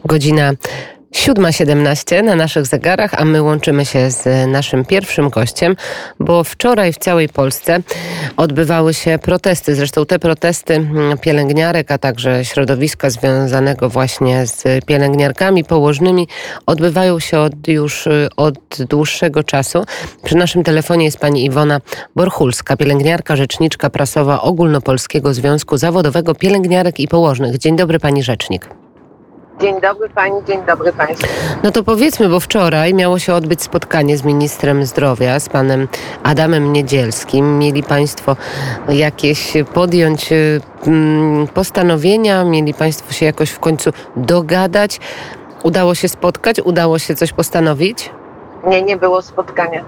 Godzina 7:17 na naszych zegarach, a my łączymy się z naszym pierwszym gościem, bo wczoraj w całej Polsce odbywały się protesty. Zresztą te protesty pielęgniarek, a także środowiska związanego właśnie z pielęgniarkami, położnymi odbywają się już od dłuższego czasu. Przy naszym telefonie jest pani Iwona Borchulska, pielęgniarka, rzeczniczka prasowa Ogólnopolskiego Związku Zawodowego Pielęgniarek i Położnych. Dzień dobry, pani rzecznik. Dzień dobry pani, dzień dobry państwu. No to powiedzmy, bo wczoraj miało się odbyć spotkanie z ministrem zdrowia, z panem Adamem Niedzielskim. Mieli państwo jakieś podjąć postanowienia, mieli państwo się jakoś w końcu dogadać. Udało się spotkać? Udało się coś postanowić? Nie było spotkania.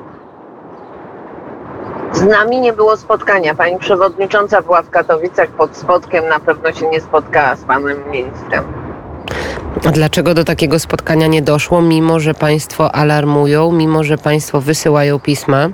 Z nami nie było spotkania. Pani przewodnicząca była w Katowicach pod Spodkiem, na pewno się nie spotkała z panem ministrem. A dlaczego do takiego spotkania nie doszło, mimo że państwo alarmują, mimo że państwo wysyłają pisma?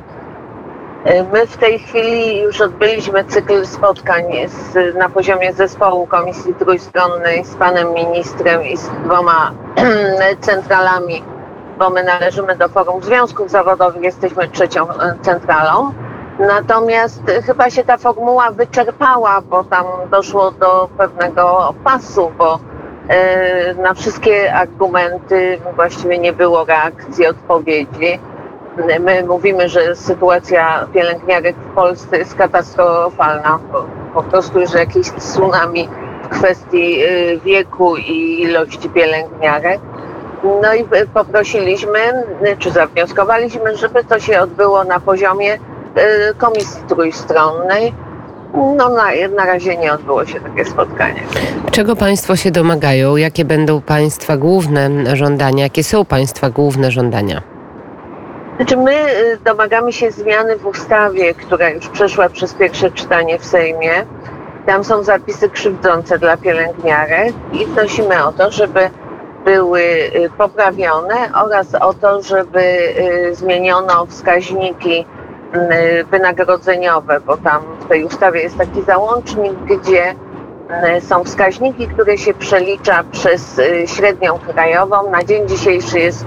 My w tej chwili już odbyliśmy cykl spotkań na poziomie zespołu Komisji Trójstronnej z panem ministrem i z 2 centralami, bo my należymy do Forum Związków Zawodowych, jesteśmy 3. centralą. Natomiast chyba się ta formuła wyczerpała, bo tam doszło do pewnego pasu, bo na wszystkie argumenty właściwie nie było reakcji, odpowiedzi. My mówimy, że sytuacja pielęgniarek w Polsce jest katastrofalna. Po prostu jest jakieś tsunami w kwestii wieku i ilości pielęgniarek. No i poprosiliśmy, czy zawnioskowaliśmy, żeby to się odbyło na poziomie Komisji Trójstronnej. No na razie nie odbyło się takie spotkanie. Czego państwo się domagają? Jakie będą państwa główne żądania? Jakie są państwa główne żądania? Znaczy my domagamy się zmiany w ustawie, która już przeszła przez pierwsze czytanie w Sejmie. Tam są zapisy krzywdzące dla pielęgniarek i wnosimy o to, żeby były poprawione oraz o to, żeby zmieniono wskaźniki wynagrodzeniowe, bo tam w tej ustawie jest taki załącznik, gdzie są wskaźniki, które się przelicza przez średnią krajową. Na dzień dzisiejszy jest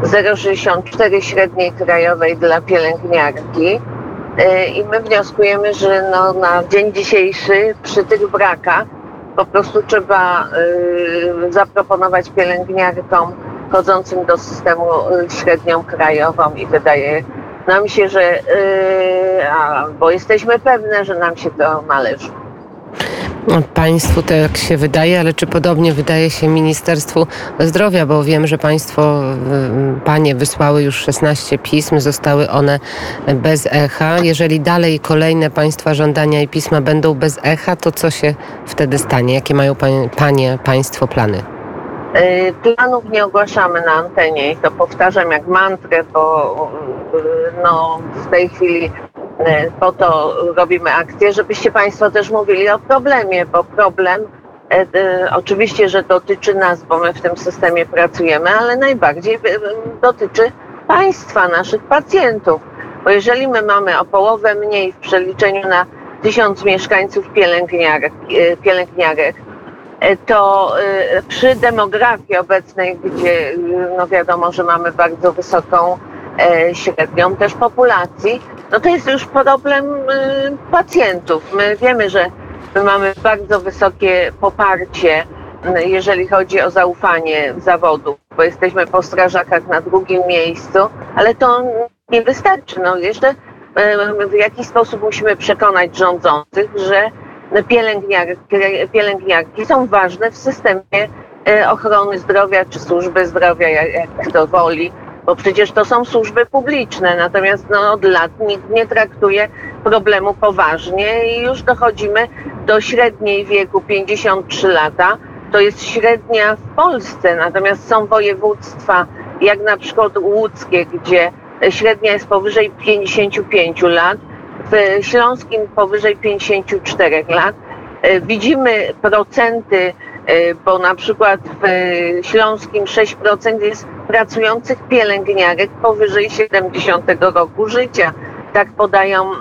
0,64 średniej krajowej dla pielęgniarki i my wnioskujemy, że na dzień dzisiejszy przy tych brakach po prostu trzeba zaproponować pielęgniarkom wchodzącym do systemu średnią krajową i wydaje nam się, że bo jesteśmy pewne, że nam się to należy. Państwu tak się wydaje, ale czy podobnie wydaje się Ministerstwu Zdrowia, bo wiem, że panie wysłały już 16 pism, zostały one bez echa. Jeżeli dalej kolejne państwa żądania i pisma będą bez echa, to co się wtedy stanie? Jakie mają państwo plany? Planów nie ogłaszamy na antenie i to powtarzam jak mantrę, bo w tej chwili po to robimy akcję, żebyście państwo też mówili o problemie, bo problem oczywiście, że dotyczy nas, bo my w tym systemie pracujemy, ale najbardziej dotyczy państwa, naszych pacjentów, bo jeżeli my mamy o połowę mniej w przeliczeniu na 1000 mieszkańców pielęgniarek, to przy demografii obecnej, gdzie wiadomo, że mamy bardzo wysoką średnią też populacji, to jest już problem pacjentów. My wiemy, że my mamy bardzo wysokie poparcie, jeżeli chodzi o zaufanie zawodu, bo jesteśmy po strażakach na 2. miejscu, ale to nie wystarczy. Jeszcze w jakiś sposób musimy przekonać rządzących, że pielęgniarki są ważne w systemie ochrony zdrowia czy służby zdrowia, jak kto woli, bo przecież to są służby publiczne, natomiast od lat nikt nie traktuje problemu poważnie i już dochodzimy do średniej wieku 53 lata. To jest średnia w Polsce, natomiast są województwa, jak na przykład łódzkie, gdzie średnia jest powyżej 55 lat, w śląskim powyżej 54 lat. Widzimy procenty, bo na przykład w śląskim 6% jest pracujących pielęgniarek powyżej 70 roku życia. Tak podają.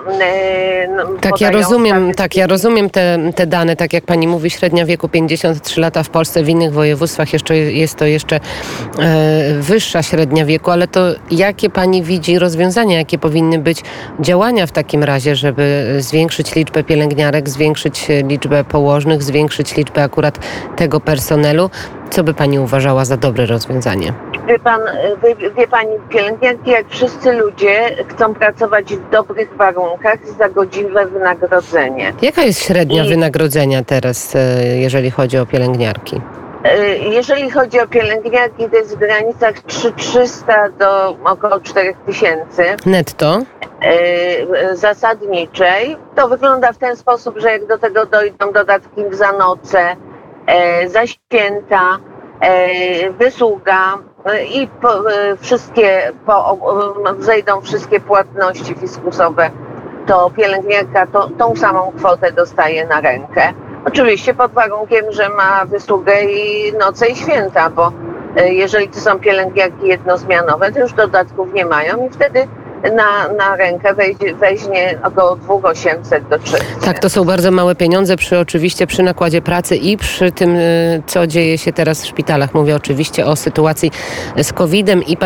Ja rozumiem te dane, tak jak pani mówi, średnia wieku 53 lata w Polsce, w innych województwach jest to jeszcze wyższa średnia wieku, ale to jakie pani widzi rozwiązania, jakie powinny być działania w takim razie, żeby zwiększyć liczbę pielęgniarek, zwiększyć liczbę położnych, zwiększyć liczbę akurat tego personelu? Co by pani uważała za dobre rozwiązanie? Wie pani, pielęgniarki jak wszyscy ludzie chcą pracować w dobrych warunkach za godziwe wynagrodzenie. Jaka jest średnia wynagrodzenia teraz, jeżeli chodzi o pielęgniarki? Jeżeli chodzi o pielęgniarki, to jest w granicach 3300 do około 4000. Netto? Zasadniczej. To wygląda w ten sposób, że jak do tego dojdą dodatki za noce, za święta, wysługa i zejdą wszystkie płatności fiskusowe, to pielęgniarka tą samą kwotę dostaje na rękę. Oczywiście pod warunkiem, że ma wysługę i noce i święta, bo jeżeli to są pielęgniarki jednozmianowe, to już dodatków nie mają i wtedy na rękę weźmie około 2800 do 3000. Tak, to są bardzo małe pieniądze oczywiście przy nakładzie pracy i przy tym, co dzieje się teraz w szpitalach. Mówię oczywiście o sytuacji z COVID-em i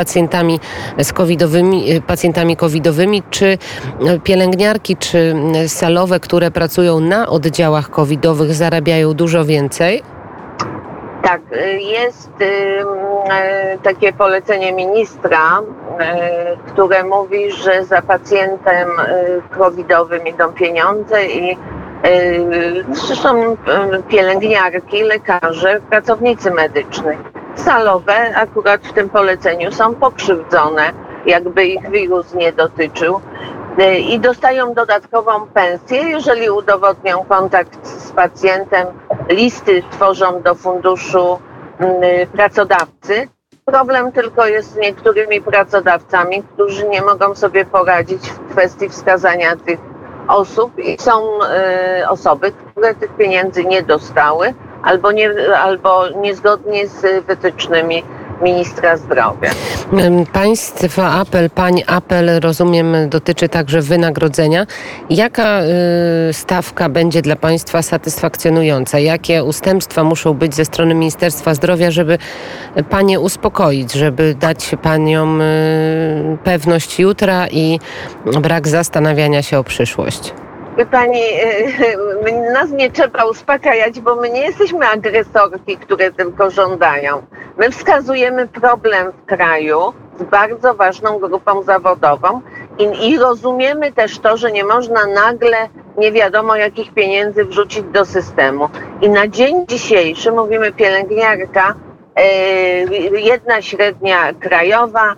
pacjentami covidowymi. Czy pielęgniarki, czy salowe, które pracują na oddziałach covidowych, zarabiają dużo więcej? Tak, jest takie polecenie ministra, które mówi, że za pacjentem covidowym idą pieniądze i zresztą pielęgniarki, lekarze, pracownicy medyczni. Salowe akurat w tym poleceniu są pokrzywdzone, jakby ich wirus nie dotyczył. I dostają dodatkową pensję, jeżeli udowodnią kontakt z pacjentem, listy tworzą do funduszu pracodawcy. Problem tylko jest z niektórymi pracodawcami, którzy nie mogą sobie poradzić w kwestii wskazania tych osób i są osoby, które tych pieniędzy nie dostały albo niezgodnie z wytycznymi ministra zdrowia. Państwa apel, pani apel, rozumiem, dotyczy także wynagrodzenia. Jaka stawka będzie dla państwa satysfakcjonująca? Jakie ustępstwa muszą być ze strony Ministerstwa Zdrowia, żeby panie uspokoić, żeby dać paniom pewność jutra i brak zastanawiania się o przyszłość? Wie pani, nas nie trzeba uspokajać, bo my nie jesteśmy agresorki, które tylko żądają. My wskazujemy problem w kraju z bardzo ważną grupą zawodową i rozumiemy też to, że nie można nagle nie wiadomo jakich pieniędzy wrzucić do systemu. I na dzień dzisiejszy, mówimy pielęgniarka, jedna średnia krajowa,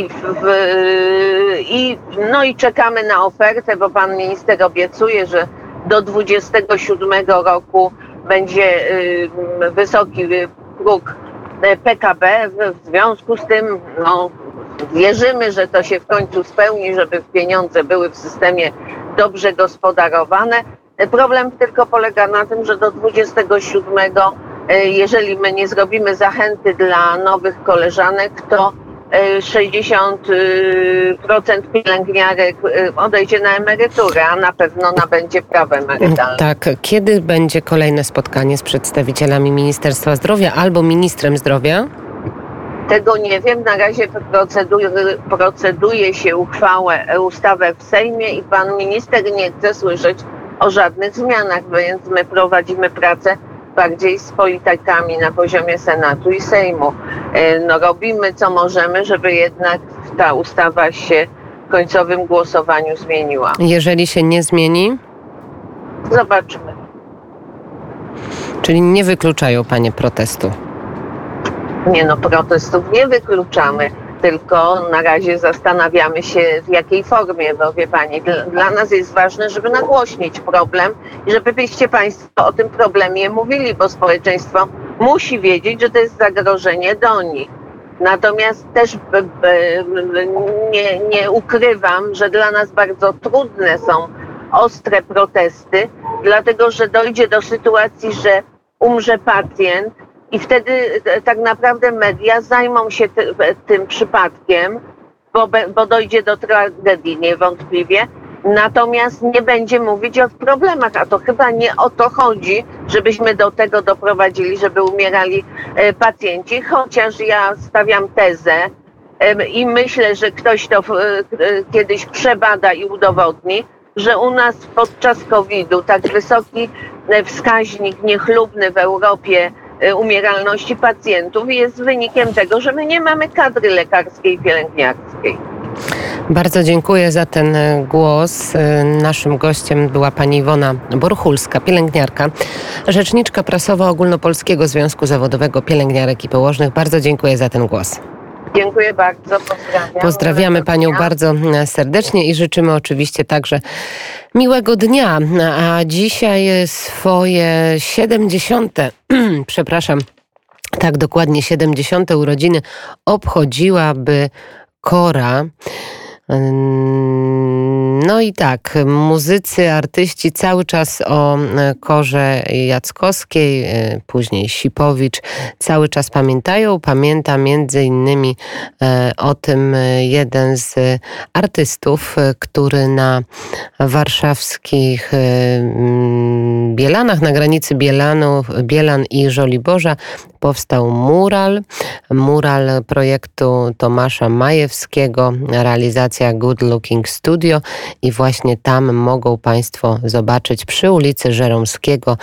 i czekamy na ofertę, bo pan minister obiecuje, że do 2027 roku będzie wysoki próg PKB. W związku z tym wierzymy, że to się w końcu spełni, żeby pieniądze były w systemie dobrze gospodarowane. Problem tylko polega na tym, że do 27, jeżeli my nie zrobimy zachęty dla nowych koleżanek, to 60% pielęgniarek odejdzie na emeryturę, a na pewno nabędzie prawo emerytalne. Tak. Kiedy będzie kolejne spotkanie z przedstawicielami Ministerstwa Zdrowia albo ministrem zdrowia? Tego nie wiem. Na razie proceduje się ustawę w Sejmie i pan minister nie chce słyszeć o żadnych zmianach, więc my prowadzimy pracę bardziej z politykami na poziomie Senatu i Sejmu. Robimy co możemy, żeby jednak ta ustawa się w końcowym głosowaniu zmieniła. Jeżeli się nie zmieni? Zobaczymy. Czyli nie wykluczają panie protestu? Nie, protestów nie wykluczamy, tylko na razie zastanawiamy się w jakiej formie, bo wie pani, dla nas jest ważne, żeby nagłośnić problem i żebyście państwo o tym problemie mówili, bo społeczeństwo musi wiedzieć, że to jest zagrożenie do nich. Natomiast też nie ukrywam, że dla nas bardzo trudne są ostre protesty, dlatego że dojdzie do sytuacji, że umrze pacjent, i wtedy tak naprawdę media zajmą się tym przypadkiem bo dojdzie do tragedii niewątpliwie. Natomiast nie będzie mówić o problemach, a to chyba nie o to chodzi, żebyśmy do tego doprowadzili, żeby umierali pacjenci, chociaż ja stawiam tezę i myślę, że ktoś to kiedyś przebada i udowodni, że u nas podczas COVID-u tak wysoki wskaźnik niechlubny w Europie umieralności pacjentów jest wynikiem tego, że my nie mamy kadry lekarskiej i pielęgniarskiej. Bardzo dziękuję za ten głos. Naszym gościem była pani Iwona Borchulska, pielęgniarka, rzeczniczka prasowa Ogólnopolskiego Związku Zawodowego Pielęgniarek i Położnych. Bardzo dziękuję za ten głos. Dziękuję bardzo, pozdrawiam. Pozdrawiamy panią bardzo serdecznie i życzymy oczywiście także miłego dnia. A dzisiaj swoje 70. Tak dokładnie 70. urodziny obchodziłaby Kora. No i tak, muzycy, artyści cały czas o Korze Jackowskiej, później Sipowicz, cały czas pamiętają. Pamięta między innymi o tym jeden z artystów, który na warszawskich Bielanach, na granicy Bielan i Żoliborza powstał mural projektu Tomasza Majewskiego, realizacja Good Looking Studio i właśnie tam mogą państwo zobaczyć przy ulicy Żeromskiego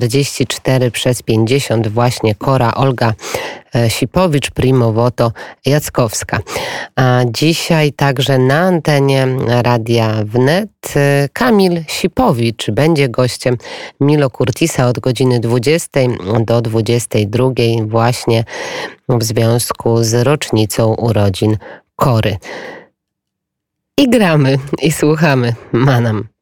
44/50 właśnie Kora Olga Sipowicz, primo voto Jackowska. A dzisiaj także na antenie Radia Wnet Kamil Sipowicz będzie gościem Milo Curtisa od godziny 20 do 22 właśnie w związku z rocznicą urodzin Kory. I gramy, i słuchamy Manam.